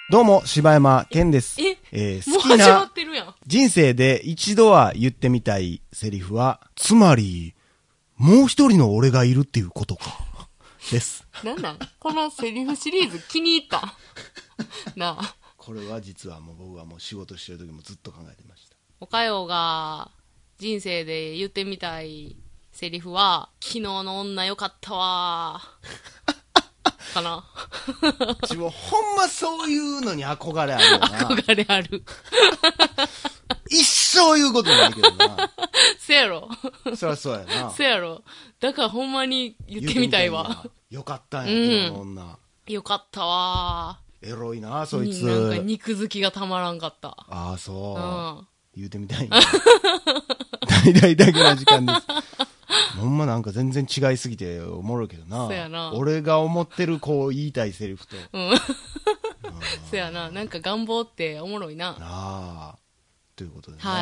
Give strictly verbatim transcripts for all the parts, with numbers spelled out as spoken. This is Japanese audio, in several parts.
どうも、柴山健です。 え、 えー、 もう好きな始まってるやん。 人生で一度は言ってみたいセリフは、つまり、もう一人の俺がいるっていうことか。です。 なんなんこのセリフシリーズ気に入った。なあ。 これは実はもう僕はもう仕事してる時もずっと考えてました。 おかよが人生で言ってみたいセリフは、昨日の女よかったわー。かな。 自分ほんまそういうのに憧れあるよな。 憧れある。 一生言うことないけどな。 せやろ。 そりゃそうやな。 せやろ。だからほんまに言ってみたいわ。 よかったんや、昨日の女。 よかったわー。エロいな、そいつ。 なんか肉付きがたまらんかった。 ああ、そう。 うん。 言うてみたいな。大々だけな時間です。ほんまなんか全然違いすぎておもろいけどな。 そやな。 俺が思ってるこう言いたいセリフと。 うん。そやな。なんか願望っておもろいな。 なあ。ということでね。 はい、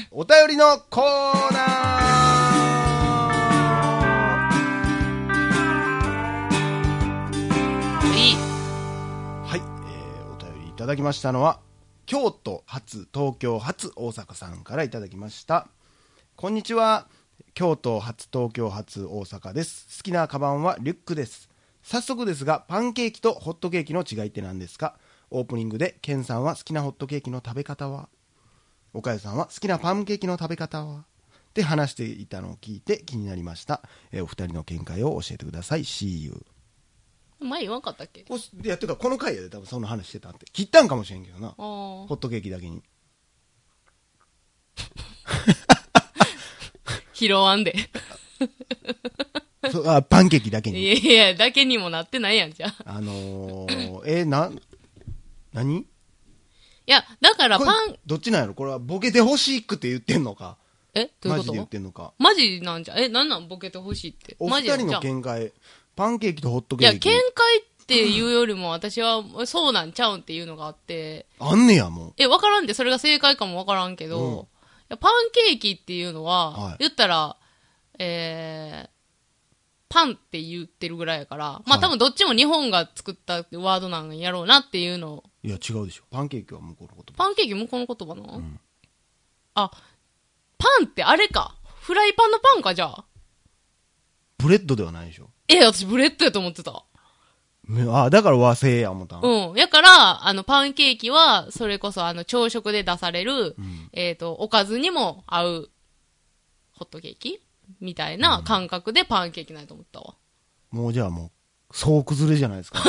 お便りのコーナーはい、えー、お便りいただきましたのは、京都発、東京発、大阪さんからいただきました。こんにちは。京都発、東京発、大阪です。好きなカバンはリュックです。早速ですが、パンケーキとホットケーキの違いって何ですか？オープニングでケンさんは好きなホットケーキの食べ方は、岡谷さんは好きなパンケーキの食べ方はって話していたのを聞いて気になりました。えー、お二人の見解を教えてください。 シーユー。 前言わんかったっけ？ いや、てかこの回やで多分その話してたって切ったんかもしれんけどな。ホットケーキだけに拾わんでそあパンケーキだけに。 いやいや、だけにもなってないやん、じゃあ。 あのー、えー、な、何？いや、だからパン、 どっちなんやろこれはボケてほしいくって言ってんのか、 えどういうこと？マジで言ってんのか。 マジなんじゃ、え、なんなんボケてほしいって。 お二人の見解、パンケーキとホットケーキ。 いや、見解っていうよりも私は、そうなんちゃうんっていうのがあって。 あんねや、もう。 え、わからんで、それが正解かもわからんけど、うん、いやパンケーキっていうのは、はい、言ったら、えー、パンって言ってるぐらいやから、まあ、はい、多分どっちも日本が作ったワードなんやろうなっていうのを。 いや、違うでしょ。パンケーキは向こうの言葉。 パンケーキ向こうの言葉な、うん、あ、パンってあれか。フライパンのパンか、じゃあ。 ブレッドではないでしょ。 え、私ブレッドやと思ってた。 あ、だから和製や思ったん。 うん。やから、あの、パンケーキは、それこそ、あの、朝食で出される、うん、えっと、おかずにも合う、ホットケーキみたいな感覚でパンケーキないと思ったわ。 うん、もうじゃあもう、総崩れじゃないですか。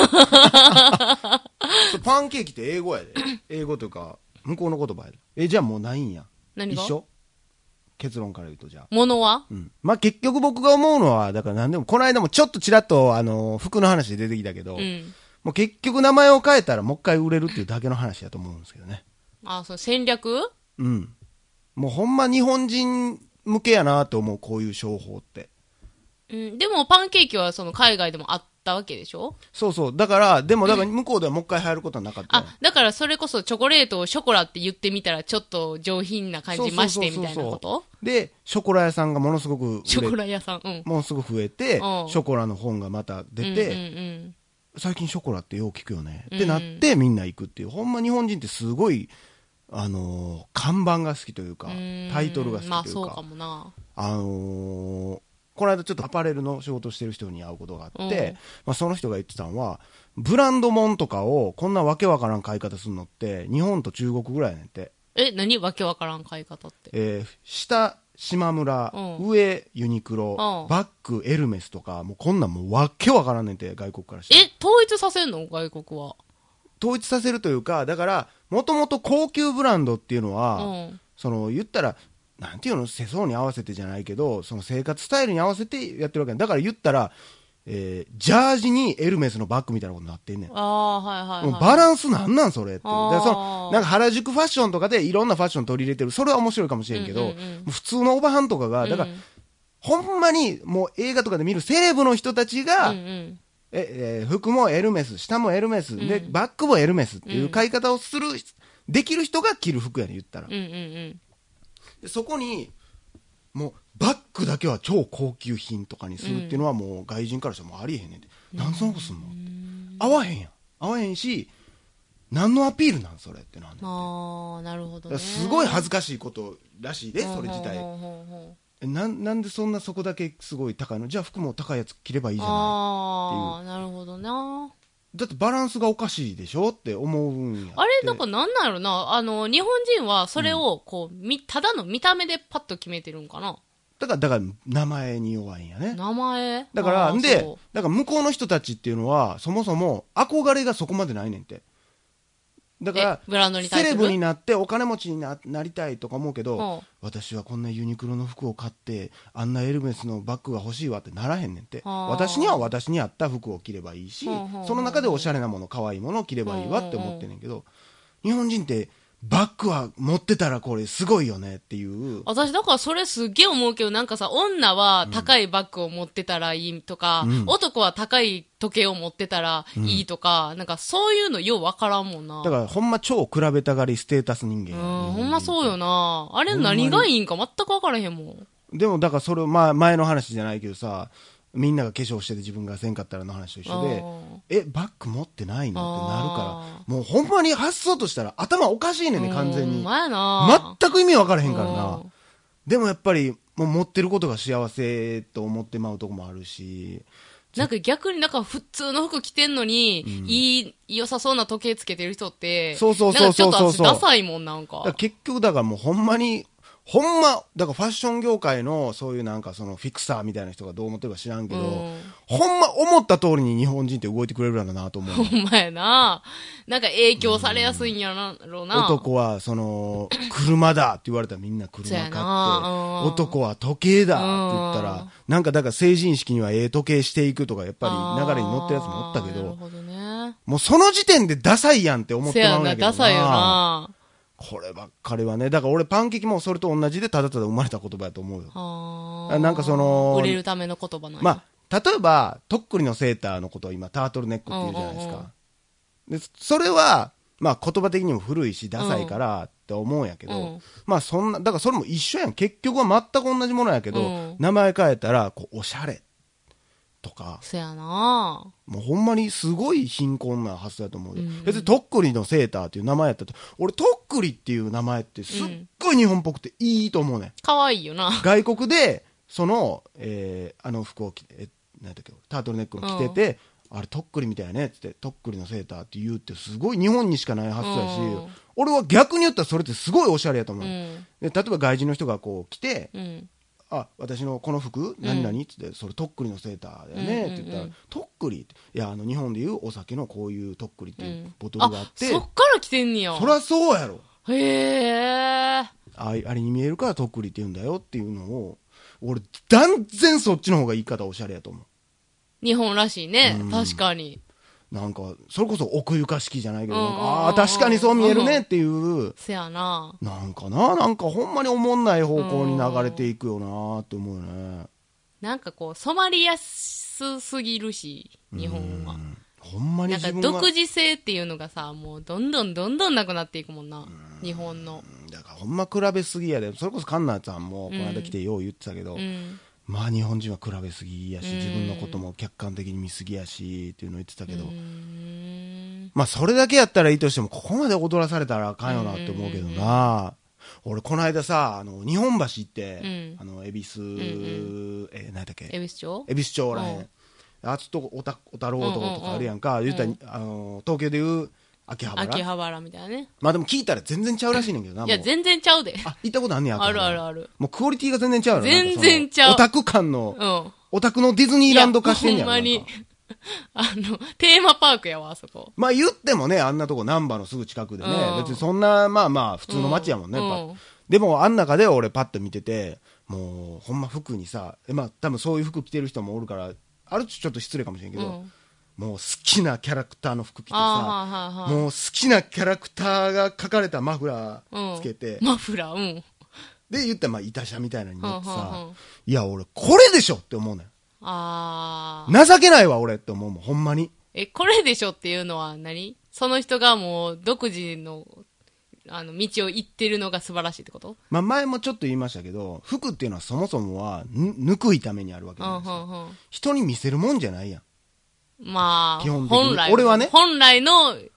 パンケーキって英語やで。英語というか、向こうの言葉やで。え、じゃあもうないんや。 何が？ 一緒？結論から言うとじゃあ。 ものは？ うん。まあ、結局僕が思うのは、だから何でも、この間もちょっとちらっと、あの、服の話で出てきたけど、うん、もう結局名前を変えたらもう一回売れるっていうだけの話だと思うんですけどね。 あ、そう、戦略？ うん。もうほんま日本人向けやなと思う、こういう商法って。 うん。でもパンケーキはその海外でもあったわけでしょ？ そうそう。だから、でもだから向こうではもう一回流行ることはなかった。 あ、だからそれこそチョコレートをショコラって言ってみたらちょっと上品な感じましてみたいなこと？ で、ショコラ屋さんがものすごく売れ、 ショコラ屋さん、うん。 ものすごく増えて、うん、ショコラの本がまた出て、うんうんうん、最近ショコラってよう聞くよね、うんうん、ってなってみんな行くっていう、ほんま日本人ってすごい、あのー、看板が好きというか、タイトルが好きというか。まあそうかもな。 あのー、この間ちょっとアパレルの仕事してる人に会うことがあって、まあ、その人が言ってたのは、ブランド物とかをこんなわけわからん買い方するのって日本と中国ぐらいやねんて。 え、何わけわからん買い方って？ えー、下島村、上ユニクロ、バッグエルメスとか、もうこんなんもうわけわからんねんて、外国からして。 え、統一させんの？外国は。 統一させるというか、だからもともと高級ブランドっていうのは、うん、その言ったらなんていうの、世相に合わせてじゃないけど、その生活スタイルに合わせてやってるわけだから、言ったら、えー、ジャージにエルメスのバッグみたいなことになってんねん。 ああ、はいはい、はい。 もうバランスなんなんそれって。だからそのなんか原宿ファッションとかでいろんなファッション取り入れてる、それは面白いかもしれんけど、うんうんうん、もう普通のおばはんとかが、だから、うん、ほんまにもう映画とかで見るセレブの人たちが、うんうん、ええー、服もエルメス、下もエルメス、うん、で、バッグもエルメスっていう買い方をする、うん、できる人が着る服やねん、言ったら。 うんうんうん、 でそこに、もうバッグだけは超高級品とかにするっていうのはもう外人からしたらもうありえへんねんて、うん、何そのことすんのって合わへんやん、合わへんし、 何のアピールなんそれってなんねんて。 ああ、なるほどね。 すごい恥ずかしいことらしいで、それ自体。な, なんでそんなそこだけすごい高いの？じゃあ服も高いやつ着ればいいじゃないああ、なるほどな。 だってバランスがおかしいでしょって思うんやって。 あれ、なんかなんなんやろな。あの、日本人はそれを、こう、うん、み、ただの見た目でパッと決めてるんかな。 だから、だから、名前に弱いんやね。 名前だから、んで、だから向こうの人たちっていうのは、そもそも憧れがそこまでないねんて。だからブランドに対するセレブになってお金持ちに な, なりたいとか思うけど、 うん、 私はこんなユニクロの服を買ってあんなエルメスのバッグが欲しいわってならへんねんて。私には私に合った服を着ればいいし、その中でおしゃれなもの可愛いものを着ればいいわって思ってんねんけど、日本人ってバッグは持ってたらこれすごいよねっていう。 私だからそれすっげえ思うけど、なんかさ、女は高いバッグを持ってたらいいとか、うん、男は高い時計を持ってたらいいとか、うん、なんかそういうのようわからんもんな。 だからほんま超比べたがりステータス人間。 うん、ほんまそうよな。あれ何がいいんか全くわからへんもん。 でもだからそれ、まあ前の話じゃないけどさ、みんなが化粧してて自分がせんかったらの話と一緒で、え、バッグ持ってないのってなるから、もうほんまに発想としたら頭おかしいねんね、完全に。全く意味分からへんからな。でもやっぱり、もう持ってることが幸せと思ってまうとこもあるし。 なんか逆になんか普通の服着てんのに、うん、いい、良さそうな時計つけてる人って、 そうそうそうそうそう。 ちょっとダサいもんなんか。 だから結局だからもうほんまに、ほんま、だからファッション業界のそういうなんかそのフィクサーみたいな人がどう思ってるか知らんけど、うん、ほんま思った通りに日本人って動いてくれるんだなと思う。 ほんまやな。なんか影響されやすいんやろうな。 男はその、車だって言われたらみんな車買って、男は時計だって言ったら、なんかだから成人式にはええ時計していくとかやっぱり流れに乗ってるやつもおったけど、 なるほどね、 もうその時点でダサいやんって思ってまうんだけどな。 ダサいよな。 こればっかりはね、だから俺パンケーキもそれと同じでただただ生まれた言葉やと思うよ。あなんかその売れるための言葉なんや。 まあ例えばとっくりのセーターのことを今タートルネックって言うじゃないですか。うんうんうん、でそれはまあ言葉的にも古いしダサいからって思うんやけど、うん、まあそんなだからそれも一緒やん。結局は全く同じものやけど、うん、名前変えたらこうおしゃれとか。 そやな。 もうほんまにすごい貧困な発想だと思うよ、うんうん、別にとっくりのセーターっていう名前やったと、俺とっくりっていう名前ってすっごい日本っぽくていいと思うねん。 かわいいよな。 外国でその、えー、あの服を着て、えなんだっけタートルネックを着てて、うん、あれとっくりみたいねっつってとっくりのセーターって言うってすごい日本にしかない発想やし、うん、俺は逆に言ったらそれってすごいおしゃれやと思う、うん、で例えば外人の人がこう着て、うんあ私のこの服何々、うん、って言ってそれとっくりのセーターだよね、うんうんうん、って言ったらとっくりっていやあの日本でいうお酒のこういうとっくりっていうボトルがあって、うん、 あそっから来てんねや。 そりゃそうやろ。 へえ。ああれに見えるからとっくりって言うんだよっていうのを俺断然そっちの方が言い方おしゃれやと思う。 日本らしいね、うん、確かに。 なんかそれこそ奥ゆかしきじゃないけど、なんかああ確かにそう見えるねっていう、 せやな。 なんかななんかほんまにおもんない方向に流れていくよなって思うよね。 なんかこう染まりやすすぎるし日本はほんまに自分がなんか独自性っていうのがさもうどんどんどんどんなくなっていくもんな日本の。 だからほんま比べすぎやで。それこそカンナちゃんもこの間来てよう言ってたけど、うん、まあ日本人は比べすぎやし、自分のことも客観的に見すぎやしっていうのを言ってたけど、まあそれだけやったらいいとしてもここまで踊らされたらあかんよなって思うけどな。俺この間さあの日本橋行って、うん、あの恵比寿、うんうん、えー、何だっけ恵比寿町恵比寿町らへん、あつとおたおたろうとことかあるやんか、言ったら、うん、あの東京でいう秋葉原秋葉原みたいなね。 まあでも聞いたら全然ちゃうらしいねんけどな。 いや全然ちゃうで。 あ行ったことあんねや。 あるあるある。 もうクオリティが全然ちゃうの。 全然ちゃう。 オタク感の、うん、オタクのディズニーランド化してんねや。 ほんまにあのテーマパークやわあそこ。 まあ言ってもねあんなとこ難波のすぐ近くでね、うん、別にそんなまあまあ普通の街やもんね、うん、でもあん中で俺パッと見ててもうほんま服にさまあ多分そういう服着てる人もおるからある種ちょっと失礼かもしれんけど、うん、もう好きなキャラクターの服着てさ、ははもう好きなキャラクターが描かれたマフラーつけて、 うん、マフラーうんで言ったらまあイタシャみたいなのに乗ってさ、はははいや俺これでしょって思うねん。 あ情けないわ俺って思うもんほんまに。 えこれでしょっていうのは何？その人がもう独自のあの道を行ってるのが素晴らしいってこと？ まあ前もちょっと言いましたけど服っていうのはそもそもはぬくいためにあるわけなんですよ、うんうんうん、人に見せるもんじゃないやん。 まあ基本的に本来俺はね本来の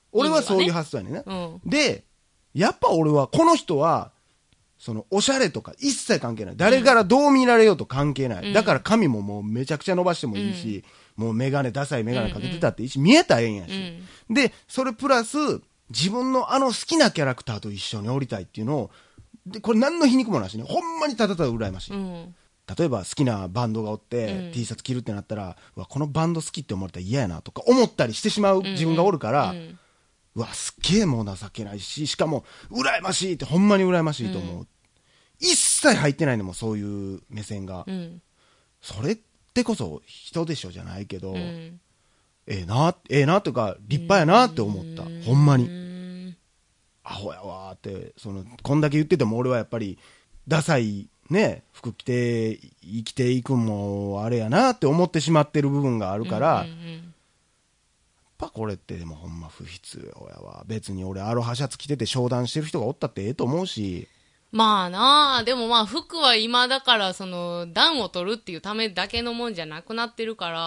俺はそういう発想やねんな、 うん、 でやっぱ俺はこの人はそのおしゃれとか一切関係ない、誰からどう見られようと関係ない、うん、だから髪ももうめちゃくちゃ伸ばしてもいいし、うん、もうメガネダサいメガネかけてたっていいし、うんうん、見えたらええんやし、うん、でそれプラス自分のあの好きなキャラクターと一緒におりたいっていうのを、でこれ何の皮肉もなしね、ほんまにただただ羨ましい、うん、例えば好きなバンドがおって、うん、T シャツ着るってなったら、うわこのバンド好きって思われたら嫌やなとか思ったりしてしまう自分がおるから、うんうん、うわすっげえもう情けないし、しかも羨ましいってほんまに羨ましいと思う、うん、一切入ってないのもそういう目線が、うん、それってこそ人でしょじゃないけど、うん、ええなええなというか立派やなって思った、うん、ほんまにアホやわーって、そのこんだけ言ってても俺はやっぱりダサいね服着て生きていくもあれやなって思ってしまってる部分があるから、うんうんうん、やっぱこれってでもほんま不必要やわ。別に俺アロハシャツ着てて商談してる人がおったってええと思うし、 まあなあ、でもまあ服は今だからその暖を取るっていうためだけのもんじゃなくなってるから、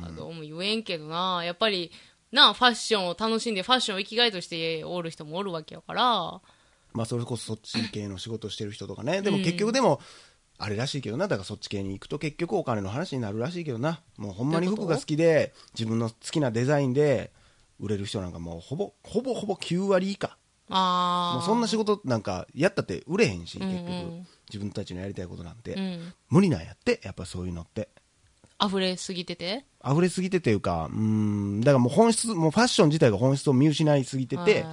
うん、どうも言えんけどな、やっぱりなあファッションを楽しんでファッションを生きがいとしておる人もおるわけやから、 まあそれこそそっち系の仕事してる人とかね、でも結局でもあれらしいけどな、だからそっち系に行くと結局お金の話になるらしいけどな、もうほんまに服が好きで自分の好きなデザインで売れる人なんかもうほぼほぼほぼきゅうわり以下、あもうそんな仕事なんかやったって売れへんし、結局、うんうん、自分たちのやりたいことなんて、うん、無理なんやって、やっぱそういうのって溢れすぎてて溢れすぎてていうか、うーんだからもう本質、もうファッション自体が本質を見失いすぎてて、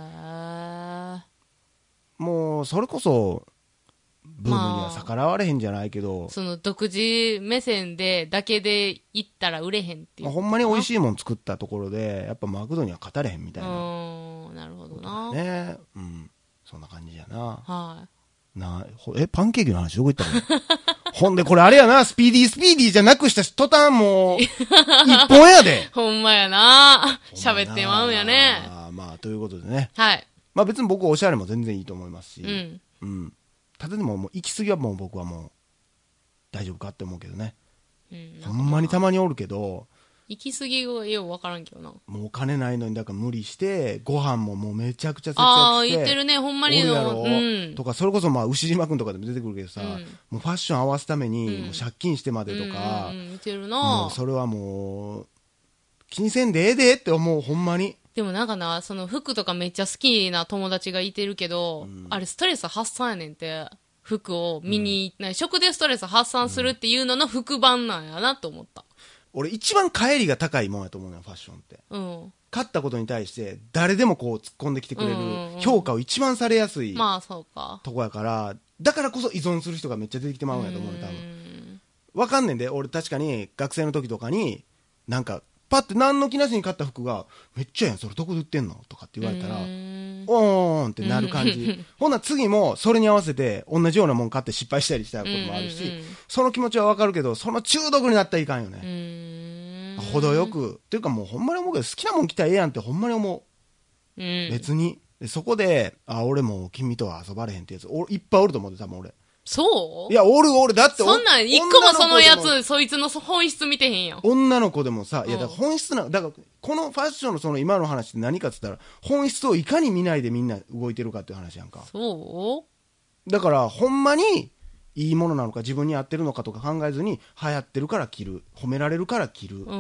もうそれこそブームには逆らわれへんじゃないけど、まあ、 その独自目線でだけで行ったら売れへんっていう、まあ、 ほんまに美味しいもん作ったところでやっぱマクドには勝たれへんみたいな、 なるほどな、 ね、うん、そんな感じやな、 はい、 なえパンケーキの話どこ行ったのほんでこれあれやな、スピーディースピーディーじゃなくした途端もう一本やでほんまやな、喋ってまうんやね。 あまあということでね、 はい、まあ別に僕おしゃれも全然いいと思いますし、うんうん、ただでももう行き過ぎはもう僕はもう大丈夫かって思うけどね、うん、ほんまにたまにおるけど行き過ぎがよう分からんけどな、 もうお金ないのにだから無理してご飯ももうめちゃくちゃ節約してああ言ってるね、ほんまにの、 うん、とかそれこそまあ牛島君とかでも出てくるけどさ、うん、もうファッション合わすためにもう借金してまでとか、 うんうんうん、言ってるな、 もうそれはもう気にせんでええでって思う、ほんまに。 でもなんかな、その服とかめっちゃ好きな友達がいてるけど、うん、あれストレス発散やねんって、服を見に、うん、食でストレス発散するっていうのの服版なんやなと思った。 俺一番帰りが高いもんやと思うのよ、ファッションって、うん、買ったことに対して誰でもこう突っ込んできてくれる評価を一番されやすいとこやから、だからこそ依存する人がめっちゃ出てきてまうんやと思うの、多分わかんねんで。俺確かに学生の時とかになんかパッて何の気なしに買った服がめっちゃやん、それどこで売ってんのとかって言われたらおーんってなる感じほんなら次もそれに合わせて同じようなもん買って失敗したりしたこともあるし、その気持ちはわかるけど、その中毒になったらいかんよね。程よくっていうか、もうほんまに思うけど好きなもん着たらええやんってほんまに思う、うん、別に。でそこであ俺も君とは遊ばれへんってやついっぱいおると思うで、多分俺。 そういや、おるおる。だってそんなん一個もそのやつそいつの本質見てへんやん。 女の子でもさ、いやだから本質な、だからこのファッションのその今の話って何かっつったら、本質をいかに見ないでみんな動いてるかっていう話やんか。 そうだからほんまにいいものなのか自分に合ってるのかとか考えずに、流行ってるから着る、褒められるから着る、うん、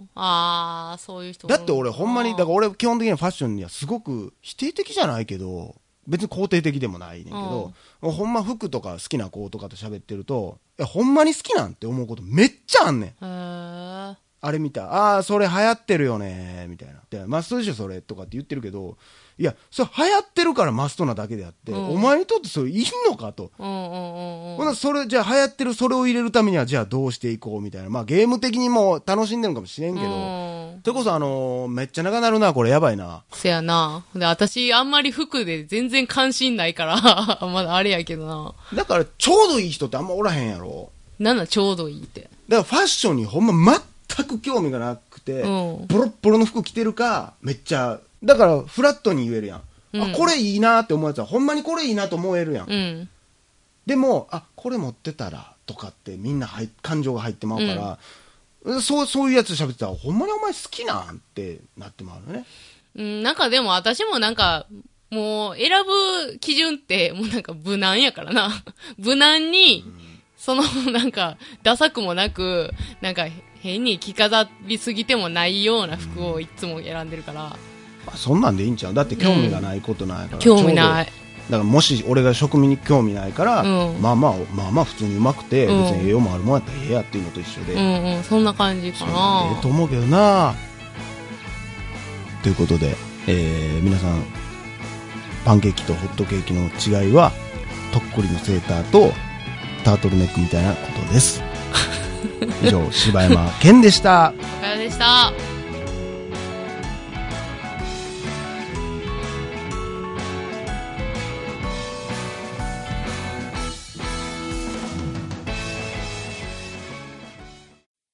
ああそういう人だって俺ほんまに、だから俺基本的にはファッションにはすごく否定的じゃないけど別に肯定的でもないねんけど、うん、ほんま服とか好きな子とかと喋ってると、いやほんまに好きなんって思うことめっちゃあんねん。へあれ見た、ああそれ流行ってるよねみたいな、でマストでしょそれとかって言ってるけど、いやそれ流行ってるからマストなだけであって、うん、お前にとってそれいいのかと、うんうんうんうん、ほなそれじゃあ流行ってるそれを入れるためにはじゃあどうしていこうみたいな、まあゲーム的にも楽しんでるかもしれんけど、うん、それこそあのー、めっちゃ長なるなこれやばいな。 せやな。で私あんまり服で全然関心ないからまだあれやけどな。 だからちょうどいい人ってあんまおらへんやろ。 なんだちょうどいいって。 だからファッションにほんま全く興味がなくて、うん、ボロッボロの服着てるかめっちゃ、だからフラットに言えるやん、うん、あこれいいなって思うやつはほんまにこれいいなと思えるやん、うん、でもあこれ持ってたらとかってみんな入感情が入ってまうから、うん、そうそういうやつ喋ってたらほんまにお前好きなんってなってまうのね。 うん、なんかでも私もなんか、もう選ぶ基準って、もうなんか無難やからな。無難に、うん、そのなんか、ダサくもなく、なんか変に着飾りすぎてもないような服をいつも選んでるから。うん、 まあ、そんなんでいいんちゃう？だって興味がないことないから。うん、 興味ない。 だからもし俺が食味に興味ないから、うん、まあまあまあまあ普通にうまくて、うん、別に栄養もあるもんやったらええやっていうのと一緒で、 うんうん、そんな感じかな。 ええと思うけどな。ということで、えー、皆さんパンケーキとホットケーキの違いはとっくりのセーターとタートルネックみたいなことです。以上柴山健でした。 おかよでした。